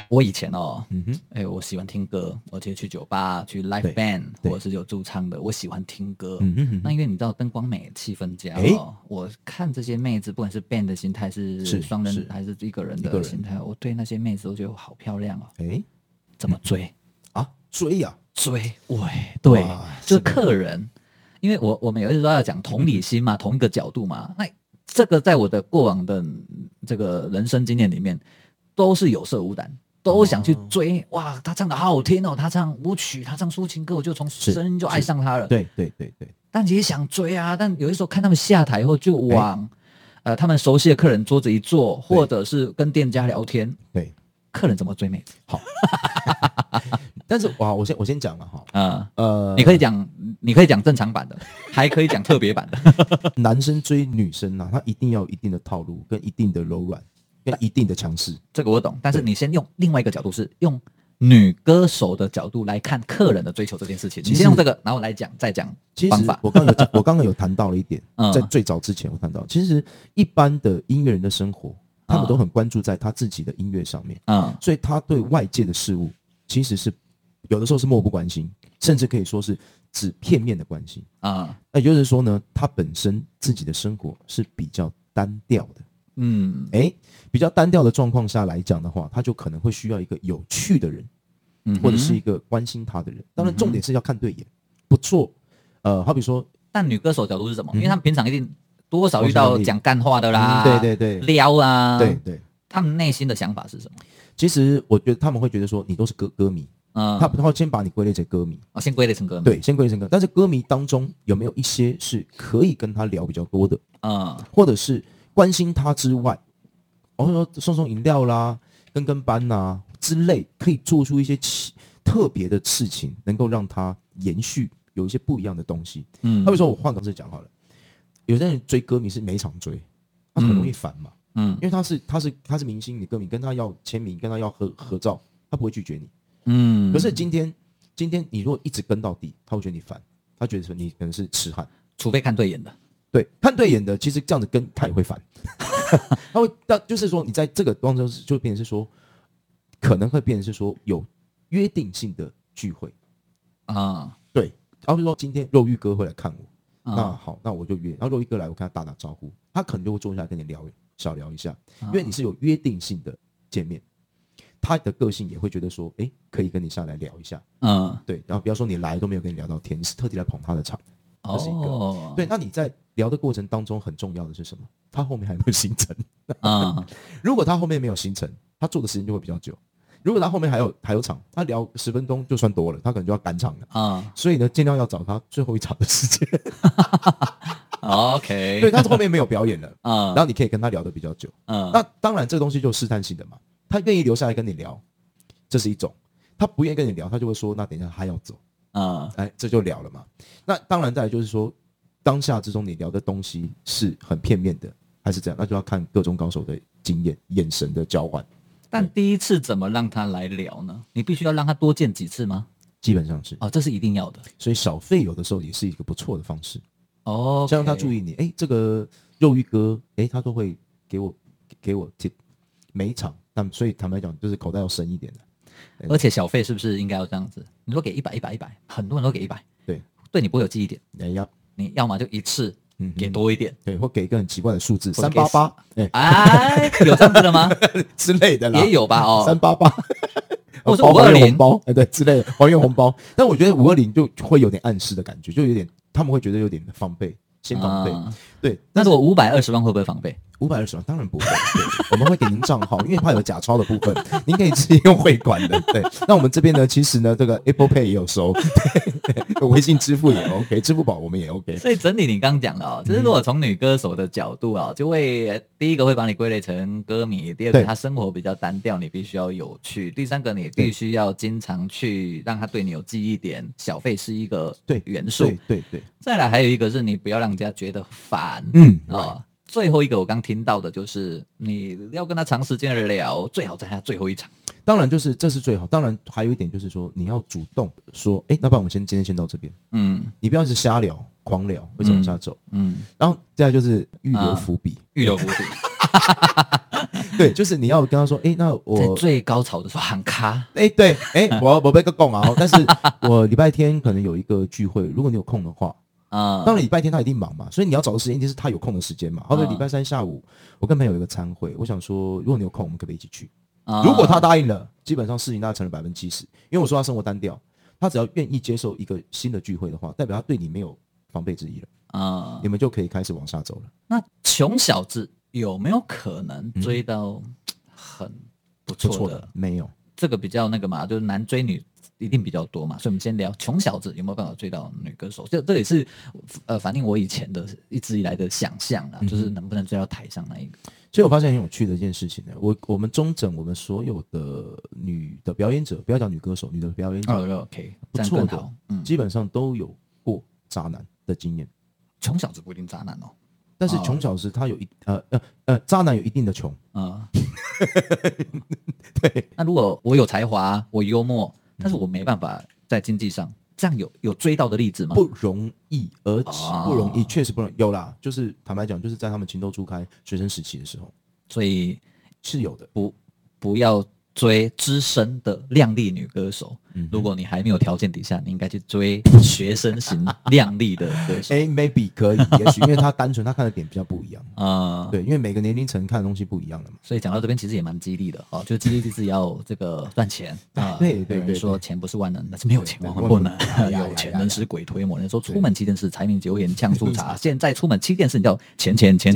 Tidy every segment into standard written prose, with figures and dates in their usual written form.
我以前我喜欢听歌，而且去酒吧、去 live band 或者是有驻唱的，我喜欢听歌。那因为你知道灯光美、气氛佳我看这些妹子，不管是 band 的心态，是双人还是一个人的心态，我对那些妹子都觉得好漂亮怎么追啊？追啊？ 追，对，就是客人。因为我们有一直都要讲同理心嘛，同一个角度嘛。那这个在我的过往的这个人生经验里面，都是有色无胆，都想去追。哇，他唱的好好听哦，他唱舞曲，他唱抒情歌，我就从声音就爱上他了。 对。 但也想追啊，但有的时候看他们下台后，就往他们熟悉的客人桌子一坐，或者是跟店家聊天。 对， 客人怎么追妹子？好， 但是我先讲了哈。 你可以讲正常版的，还可以讲特别版的。 男生追女生啊，他一定要有一定的套路，跟一定的柔软，跟一定的强势。这个我懂，但是你先用另外一个角度，是用女歌手的角度来看客人的追求这件事情。你先用这个，然后再讲方法。 我刚刚有谈到了一点，在最早之前我谈到，其实一般的音乐人的生活，他们都很关注在他自己的音乐上面，所以他对外界的事物其实是有的时候是漠不关心，甚至可以说是只片面的关心那也就是说呢，他本身自己的生活是比较单调的。比较单调的状况下来讲的话，他就可能会需要一个有趣的人，或者是一个关心他的人。当然，重点是要看对眼，不错。好比说， 但女歌手角度是什么？因为他们平常一定多少遇到讲干话的啦， 对， 撩啊， 对， 他们内心的想法是什么？ 其实我觉得他们会觉得说，你都是歌迷。他会先把你归类成歌迷， 先归类成歌迷， 对，先归类成歌迷。但是歌迷当中有没有一些是可以跟他聊比较多的，或者是关心他之外，说送饮料啦、跟班啦之类，可以做出一些特别的事情，能够让他延续有一些不一样的东西。比如说我换个字讲好了，有些人追歌迷是每场追，他很容易烦嘛，因为他是明星，你歌迷跟他要签名，跟他要合照，他不会拒绝你。可是今天你如果一直跟到底，他会觉得你烦，他觉得说你可能是痴汉， 除非看对眼的。 对，看对眼的，其实这样子跟他也会烦。他会，就是说你在这个当中就变成是说，可能会变成是说有约定性的聚会对，然后就说今天肉玉哥会来看我，那好，那我就约，然后肉玉哥来，我跟他打招呼，他可能就会坐下来跟你小聊一下，因为你是有约定性的见面。他的个性也会觉得说，可以跟你下来聊一下，对，然后不要说你来都没有跟你聊到天，你是特地来捧他的场，这是一个，对。那你在聊的过程当中，很重要的是什么？他后面还有没有行程？如果他后面没有行程，他做的时间就会比较久。如果他后面还有场，他聊10分钟就算多了，他可能就要赶场了所以呢，尽量要找他最后一场的时间。 OK， 对，他后面没有表演了然后你可以跟他聊得比较久那当然这个东西就试探性的嘛。他愿意留下来跟你聊，这是一种；他不愿意跟你聊，他就会说：“那等一下他要走。”这就聊了嘛。那当然再来就是说，当下之中你聊的东西是很片面的，还是这样？那就要看各种高手的经验、眼神的交换。 但第一次怎么让他来聊呢？你必须要让他多见几次吗？ 基本上是这是一定要的。 所以小费有的时候也是一个不错的方式。 先让他注意你。这个肉玉哥，他都会给我 tip 每一场。所以坦白讲，就是口袋要深一点的。 而且小费是不是应该要这样子？你说给100，很多人都给100，对你不会有记忆点。你要么就一次给多一点， 对，或给一个很奇怪的数字388， 有这样子的吗？ 之类的啦， 也有吧 388， 或者520 包，对之类的还原红包。但我觉得520就会有点暗示的感觉，就有点他们会觉得有点防备，先防备。对， 那如果520万会不会防备 ？520万当然不会，我们会给您账号，因为怕有假钞的部分，您可以直接用汇款的。对，那我们这边呢，其实呢，这个 Apple Pay 也有收，微信支付也 OK， 支付宝我们也 OK。 所以整体你刚刚讲了就是如果从女歌手的角度就会第一个会把你归类成歌迷，第二个她生活比较单调，你必须要有趣，第三个你必须要经常去让她对你有记忆点，小费是一个元素。 对。 再来还有一个是你不要让人家觉得烦。最后一个我刚听到的就是你要跟他长时间的聊，最好在他最后一场。 当然就是这是最好，当然还有一点就是说你要主动说，那不然我们今天先到这边，你不要是瞎聊狂聊，会往下走，然后再来就是预留伏笔， 对，就是你要跟他说，那在我最高潮的时候喊卡， 对，我被个讲啊，但是我礼拜天可能有一个聚会，如果你有空的话。当然礼拜天他一定忙嘛，所以你要找的时间一定是他有空的时间嘛。好比礼拜三下午，我跟朋友有一个餐会，我想说，如果你有空，我们可不可以一起去？如果他答应了，基本上事情大概成了70%，因为我说他生活单调，他只要愿意接受一个新的聚会的话，代表他对你没有防备之意了你们就可以开始往下走了。 那穷小子有没有可能追到很不错的？ 没有， 这个比较那个嘛，就是男追女一定比较多嘛，所以我们先聊穷小子有没有办法追到女歌手，这也是反映我以前的一直以来的想象啦，就是能不能追到台上那一个。 所以我发现很有趣的一件事情呢，我们中整我们所有的女的表演者，不要讲女歌手，女的表演者 OK 不错的，基本上都有过渣男的经验。 穷小子不一定渣男哦， 但是穷小子他有渣男有一定的穷对。 那如果我有才华，我幽默，但是我没办法在经济上，这样有追到的例子吗？ 不容易，而且不容易，确实不容易。有啦，就是坦白讲，就是在他们情窦初开学生时期的时候， 所以是有的。 不要追资深的靓丽女歌手，如果你还没有条件底下，你应该去追学生型靓丽的歌手。 maybe 可以，也许因为他单纯他看的点比较不一样对，因为每个年龄层看的东西不一样的嘛。 所以讲到这边其实也蛮激励的就是激励自己要这个赚钱对， 有人说钱不是万能，但是没有钱万万不能。有钱能使鬼推磨。人说出门7件事：柴米油盐酱醋茶。现在出门7件事，你叫钱。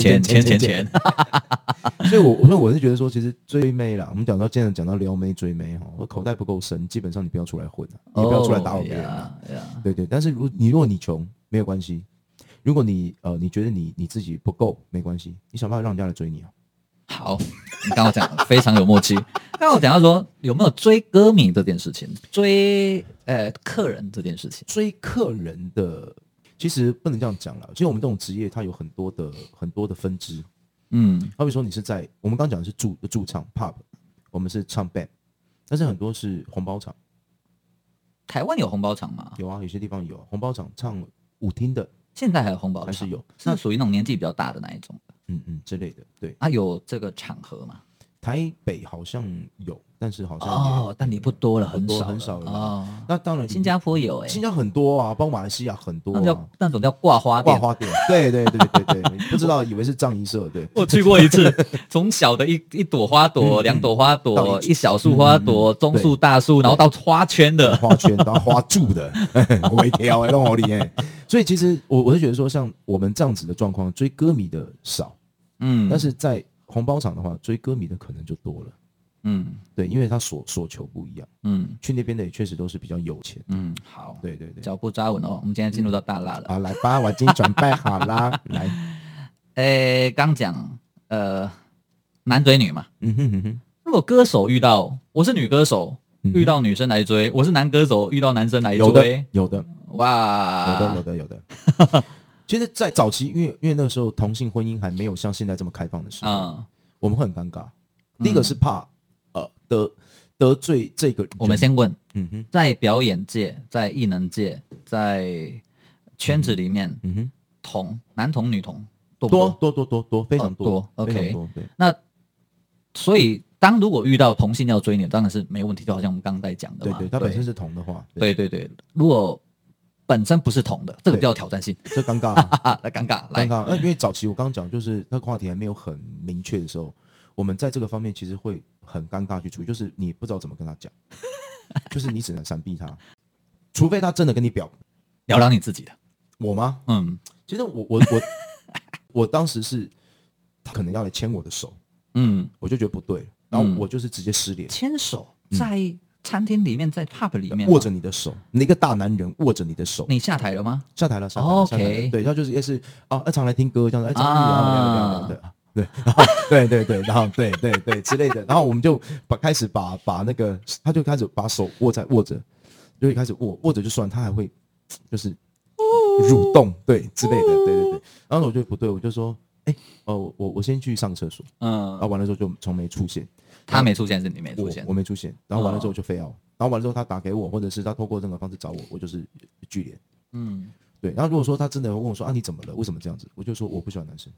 所以我是觉得说，其实追妹啦，我们今天讲到撩妹追妹我口袋不够深，基本上你不要出来混你不要出来打扰别人对。但是如果你穷没有关系，如果你觉得你自己不够没关系，你想办法让人家来追你好，你刚刚讲的非常有默契。刚刚我讲到说有没有追歌迷这件事情，追客人这件事情， 追客人的其实不能这样讲了。其实我们这种职业它有很多的分支。好比说你是在我们刚讲的是驻唱 pub， 我们是唱 band， 但是很多是红包场。 台湾有红包场吗？ 有啊，有些地方有红包场唱舞厅的， 现在还有红包场？ 还是有， 是属于那种年纪比较大的那一种的， 之类的，对。 有这个场合吗？ 台北好像有，但是好像但你不多了， 很少了那当然， 新加坡有新加坡很多啊，包括马来西亚很多那种叫挂花店， 对，不知道以为是葬仪社，对。 我去过一次，从小的一朵花朵、2朵花朵、一小束花朵、中束、大束，然后到花圈的， 到花柱的，微调弄好厉害。所以其实我是觉得说，像我们这样子的状况，追歌迷的少，但是在红包场的话，追歌迷的可能就多了。对，因为他所求不一样。去那边的也确实都是比较有钱。 好， 对， 脚步扎稳哦。我们今天进入到大辣了。 好，来吧，我已经准备好啦。来， 刚讲男追女嘛。如果歌手遇到我是女歌手，遇到女生来追，我是男歌手遇到男生来追， 有的， 哇， 有的。其实，在早期，因为那个时候同性婚姻还没有像现在这么开放的时候，我们会很尴尬。第一个是怕得罪这个人。 我们先问，在表演界、在艺能界、在圈子里面，男同女同多不多？ 多，非常多。 OK， 对。那所以，如果遇到同性要追你，当然是没问题，就好像我们刚刚在讲的嘛。 对，他本身是同的话， 对。如果本身不是同的，这个叫挑战性， 这尴尬， 尴尬。 因为早期我刚刚讲，就是那个话题还没有很明确的时候，我们在这个方面其实会很尴尬去处理，就是你不知道怎么跟他讲，就是你只能闪避他，除非他真的跟你聊聊你自己的。 我吗？其实我当时是他可能要来牵我的手，我就觉得不对，然后我就是直接失联。 牵手在餐厅里面，在 pub 里面握着你的手，你一个大男人握着你的手。 你下台了吗？ 下台了。 OK， 对，他就是也是常来听歌这样子，张宇对，然后对，然后对之类的，然后我们就开始把那个，他就开始把手握着，就会开始握着就算，他还会就是蠕动，对之类的，对。然后我就不对，我就说，我先去上厕所，然后完了之后就从没出现。 他没出现是你没出现， 我没出现，然后完了之后就非要，然后完了之后他打给我，或者是他透过任何方式找我，我就是拒联。对。然后如果说他真的问我说你怎么了？为什么这样子？我就说我不喜欢男生。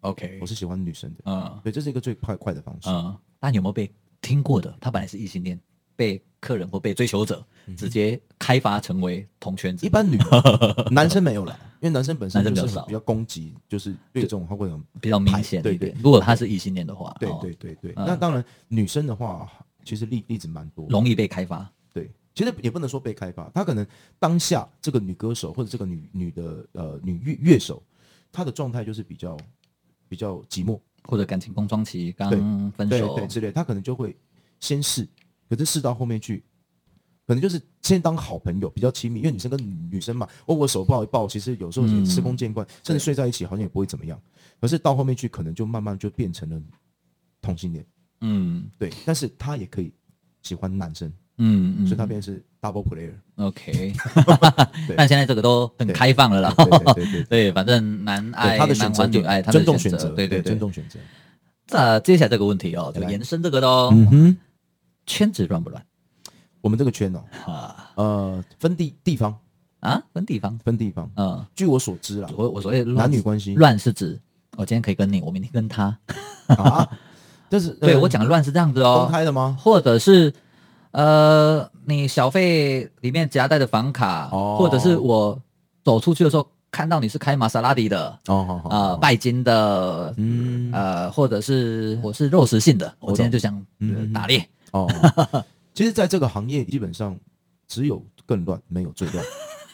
OK， 我是喜欢女生的。对，这是一个最快的方式。 那你有没有被听过的？他本来是异性恋，被客人或被追求者直接开发成为同圈子？ 一般男生没有啦，因为男生本身就是比较攻击，就是对这种他会很比较明显。 对， 如果他是异性恋的话， 对。那当然，女生的话，其实例子蛮多， 容易被开发。 对，其实也不能说被开发，她可能当下这个女歌手或者这个女乐手，她的状态就是比较寂寞， 或者感情空窗期刚分手， 对之类，她可能就会先试，可是试到后面去，可能就是先当好朋友，比较亲密，因为女生跟女生嘛，我手抱一抱，其实有时候也司空见惯，甚至睡在一起好像也不会怎么样。可是到后面去，可能就慢慢就变成了同性恋。对，但是她也可以喜欢男生。所以他变成是 double player。OK， 但现在这个都很开放了啦。对，反正男爱男欢女爱，他的尊重选择， 对， 尊重选择。 接下来这个问题就延伸这个的哦。圈子乱不乱？ 我们这个圈分地方啊，分地方。 据我所知啦， 我所谓男女关系乱是指我今天可以跟你，我明天跟他啊，就是对我讲的乱是这样子哦， 公开的吗？ 或者是你小费里面夹带的房卡，或者是我走出去的时候看到你是开玛莎拉蒂的，拜金的，或者是我是肉食性的，我今天就想打猎。 其实在这个行业基本上只有更乱，没有最乱。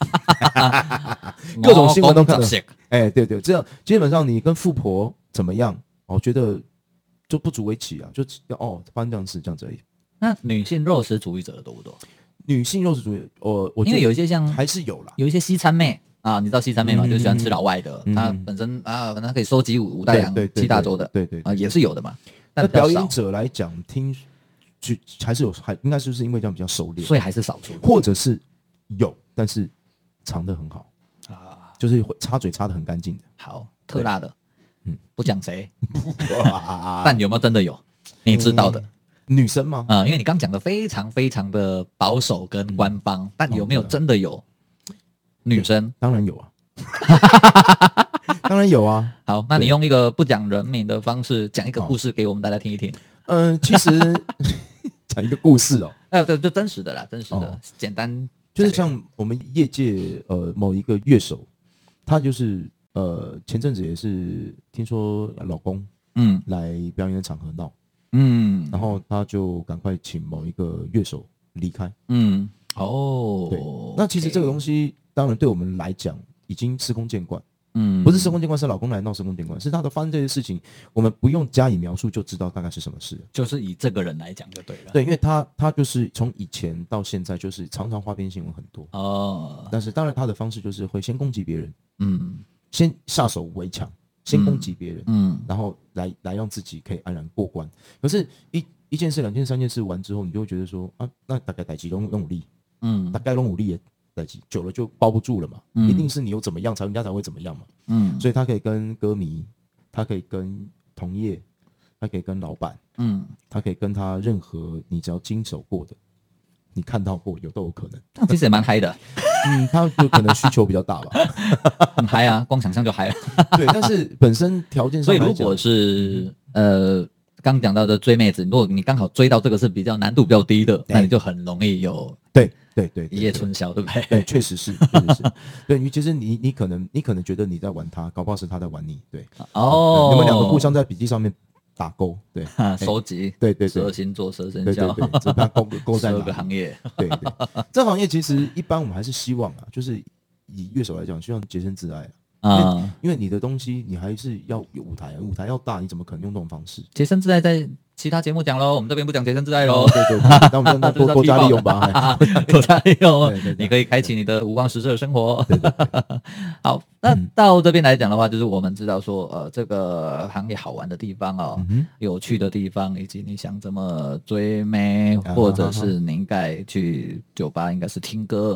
各种新闻都看到。对，这样基本上你跟富婆怎么样，我觉得就不足为奇啊，就发生这样子而已。 那女性肉食主义者的多不多？ 女性肉食主义，我因为有一些像还是有啦， 有一些西餐妹啊，你知道西餐妹吗？就喜欢吃老外的，她本身反正可以收集五大洋七大洲的， 对也是有的嘛。 那表演者来讲，还是有，应该就是因为这样比较熟练， 所以还是少数， 或者是有，但是藏得很好就是插嘴插得很干净的。 好，特辣的，不讲谁，但有没有真的有？你知道的。 女生吗？ 因为你刚讲的非常非常的保守跟官方，但有没有真的有女生？ 当然有啊，当然有啊。 好，那你用一个不讲人名的方式讲一个故事给我们大家听一听。 其实讲一个故事对，就真实的啦，真实的，简单， 就是像我们业界某一个乐手，他就是前阵子也是听说老公来表演的场合闹。然后他就赶快请某一个乐手离开。对，那其实这个东西当然对我们来讲已经司空见惯。不是司空见惯，是老公来闹司空见惯，是他的发生这些事情，我们不用加以描述就知道大概是什么事。 就是以这个人来讲就对了。 对，因为他就是从以前到现在就是常常花边新闻很多。但是当然他的方式就是会先攻击别人，先下手为强。先攻击别人，然后来让自己可以安然过关。可是一件事、两件事、三件事完之后，你就会觉得说那大概代志拢有力，大概拢有力的代志，久了就包不住了嘛。一定是你有怎么样，人家才会怎么样嘛。所以他可以跟歌迷，他可以跟同业，他可以跟老板，他可以跟他任何你只要经手过的，你看到过都有可能。 那其实也蛮嗨的。 他就可能需求比较大吧。 很嗨啊，光想象就嗨了。 对，但是本身条件上来讲， 所以如果是刚讲到的追妹子，如果你刚好追到这个是比较难度比较低的，那你就很容易有对一夜春宵，对不对？ 对，确实是。对，其实你可能觉得你在玩他，搞不好是他在玩你。对，你们两个互相在笔记上面打勾，对， 收集， 对十二星座、12生肖， 这把勾在 12个行业。 对，这行业其实一般我们还是希望就是以乐手来讲，希望洁身自爱因为你的东西你还是要有舞台要大，你怎么可能用这种方式？ 洁身自爱在其他节目讲咯，我们这边不讲洁身自爱咯。 对，那我们多加利用吧， 多加利用，你可以开启你的五光十色的生活。好，那到这边来讲的话，就是我们知道说，这个行业好玩的地方有趣的地方，以及你想怎么追妹，或者是你应该去酒吧，应该是听歌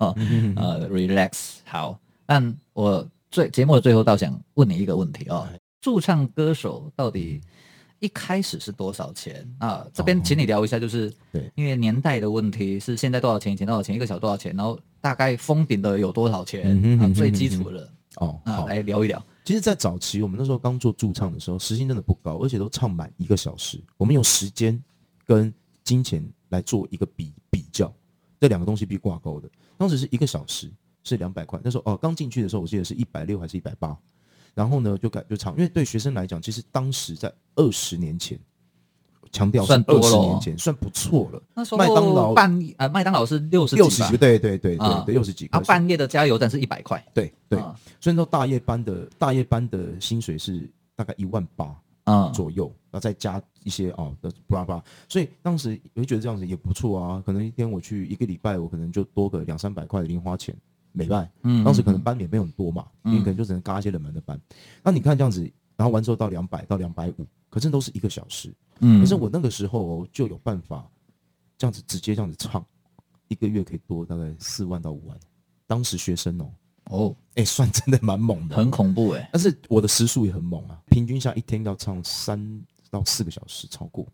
，relax。好，但我节目的最后倒想问你一个问题驻唱歌手到底一开始是多少钱这边请你聊一下，就是因为年代的问题，是现在多少钱，以前多少钱，一个小多少钱，然后大概封顶的有多少钱最基础的来聊一聊。 其实，在早期我们那时候刚做驻唱的时候，时薪真的不高，而且都唱满1个小时。我们用时间跟金钱来做一个比较，这2个东西必挂钩的。当时是1个小时是200块，那时候刚进去的时候，我记得是160还是180，然后呢就唱，因为对学生来讲，其实当时在20年前。强调是20年前算不错了。 那时候麦当劳是60几吧， 对60几块。 半夜的加油站是100块。 对，所以说大夜班的薪水是大概18000左右，然后再加一些的布拉布拉。所以当时我就觉得这样子也不错啊，可能一天我去1个礼拜，我可能就多个200-300块的零花钱每拜。当时可能班也没有很多嘛，因为可能就只能嘎一些冷门的班。那你看这样子，然后完之后到200到250，可是都是1个小时。可是我那个时候就有办法这样子直接这样子唱，1个月可以多大概4万到5万。当时学生算真的蛮猛的， 很恐怖但是我的时数也很猛啊，平均下一天要唱3到4个小时，超过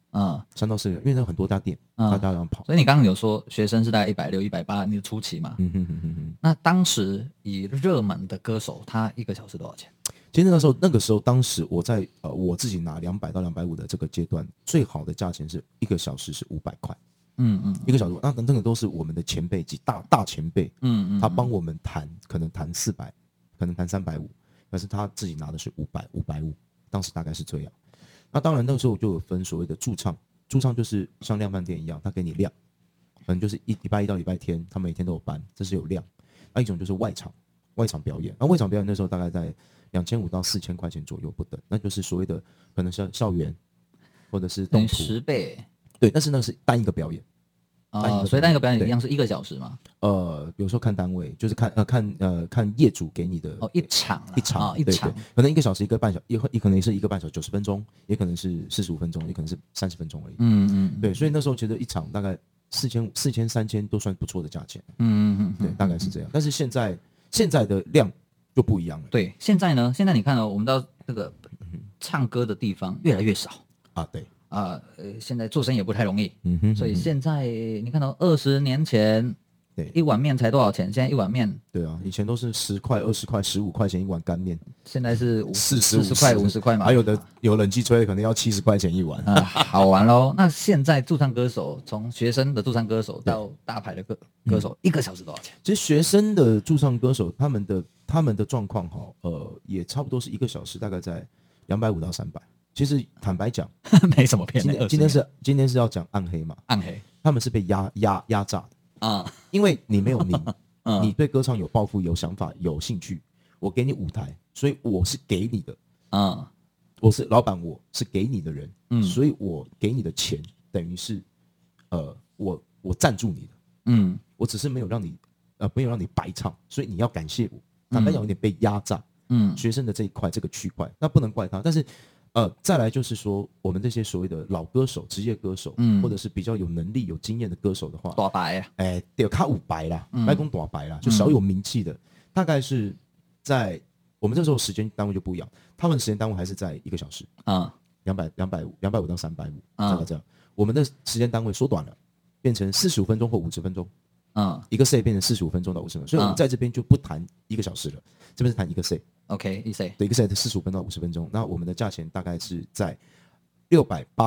3到4个，因为那很多家店，大家要跑。 所以你刚刚有说学生是大概160、180，你的初期嘛？那当时以热门的歌手，他1个小时多少钱？ 其实那个时候，当时我在我自己拿200到250的这个阶段，最好的价钱是1个小时是500块。1个小时，那等等都是我们的前辈及大前辈，他帮我们弹，可能弹400，可能弹350，可是他自己拿的是500、550，当时大概是这样。那当然那个时候就有分所谓的驻唱就是像量贩店一样，他给你量，可能就是礼拜1到礼拜天，他每天都有班，这是有量。那一种就是外场表演，那外场表演那时候大概在2500到4000块钱左右不等，那就是所谓的可能是校园或者是动图 10倍。 对，但是那是单一个表演。 所以单一个表演一样是1个小时吗？ 有时候看单位，就是看业主给你的一场， 对，可能1个小时1个半小时，也可能是1个半小时90分钟，也可能是45分钟，也可能是30分钟而已。对，所以那时候其实一场大概4000、3000都算不错的价钱。对，大概是这样。但是现在的量就不一样了。 对，现在呢？现在你看我们到这个唱歌的地方越来越少啊。对。 现在做生意也不太容易，所以现在你看到20年前，对，1碗面才多少钱？现在1碗面， 对啊，以前都是10块、20块、15块钱一碗干面， 现在是 40 块、50块嘛， 还有冷气吹的可能要70块钱一碗。 好玩咯。那现在驻唱歌手，从学生的驻唱歌手到大牌的歌手，1个小时多少钱？ 其实学生的驻唱歌手，他们的状况也差不多是1个小时大概在250到300。其实坦白讲， 没什么骗的。 今天是要讲暗黑嘛？ 暗黑， 他们是被压榨的因为你没有你对歌唱有抱负、有想法、有兴趣，我给你舞台，所以我是给你的我是老板，我是给你的人，所以我给你的钱等于是我赞助你的，我只是没有让你白唱，所以你要感谢我。坦白讲，有点被压榨，学生的这一块这个区块，那不能怪他，但是。再来就是说，我们这些所谓的老歌手、职业歌手，或者是比较有能力、有经验的歌手的话， 大白对，卡5白啦，白公大白啦，就小有名气的，大概是在我们这时候时间单位就不一样，他们时间单位还是在1个小时，250到350，大概这样。我们的时间单位缩短了，变成45分钟或50分钟，一个 set 变成45分钟到50分钟，所以我们在这边就不谈1个小时了，这边是谈一个 set。OK， 一 set 对，一个 set 45分到50分钟，那我们的价钱大概是在600到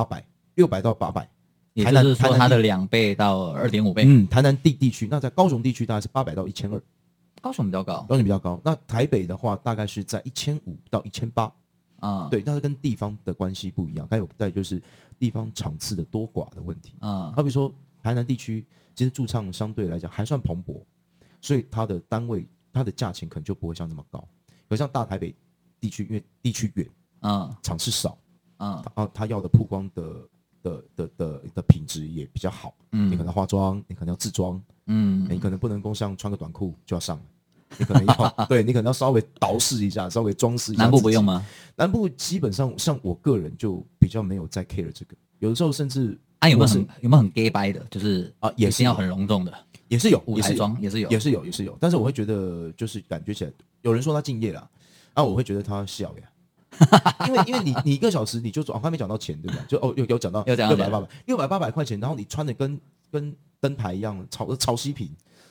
800， 也就是说它的2倍到2.5倍。 台南地区，那在高雄地区大概是800到1200， 高雄比较高。 那台北的话大概是在1500到1800对，但是跟地方的关系不一样，还有再就是地方场次的多寡的问题好比说台南地区，其实驻唱相对来讲还算蓬勃，所以它的单位它的价钱可能就不会像那么高。可像大台北地区，因为地区远，场次少，他要的曝光的品质也比较好，你可能要化妆，你可能要自装，你可能不能够像穿个短裤就要上，你可能要对你可能要稍微捯饬一下，稍微装饰一下。 南部不用吗？ 南部基本上像我个人就比较没有在 care 这个，有的时候甚至有没有很 gay 掰的，就是也是要很隆重的。 也是有舞台装，也是有，但是我会觉得就是感觉起来，有人说他敬业啦，我会觉得他笑呀，因为你1个小时你就还没讲到钱对吧？就有讲到600、800块钱，然后你穿的跟灯牌一样，潮汐品，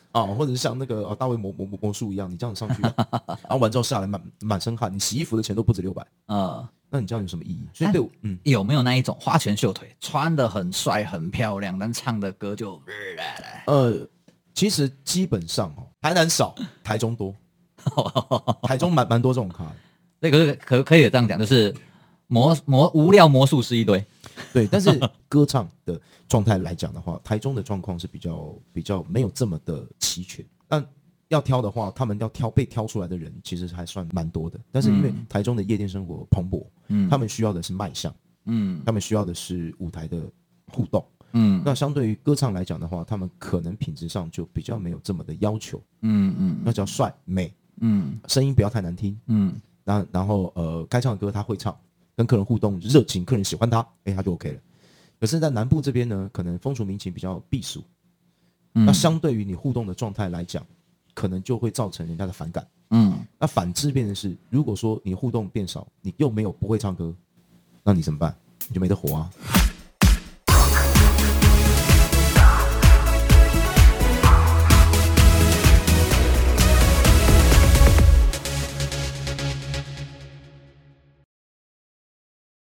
或者是像那个大卫魔术一样，你这样上去，然后完之后下来满身汗，你洗衣服的钱都不止600，那你这样有什么意义？所以对， 有没有那一种花拳绣腿，穿得很帅很漂亮，但唱的歌就其实基本上台南少，台中多，台中蛮多这种咖的。 那个可以这样讲，就是无料魔术师一堆。 对，但是歌唱的状态来讲的话，台中的状况是比较没有这么的齐全。但要挑的话，他们被挑出来的人其实还算蛮多的。但是因为台中的夜店生活蓬勃，他们需要的是卖相，他们需要的是舞台的互动。那相对于歌唱来讲的话，他们可能品质上就比较没有这么的要求。那叫帅美，声音不要太难听，然后该唱的歌他会唱，跟客人互动热情，客人喜欢他，他就 OK 了。可是，在南部这边呢，可能风俗民情比较避俗，那相对于你互动的状态来讲，可能就会造成人家的反感。那反之变成是，如果说你互动变少，你又不会唱歌，那你怎么办？你就没得活啊。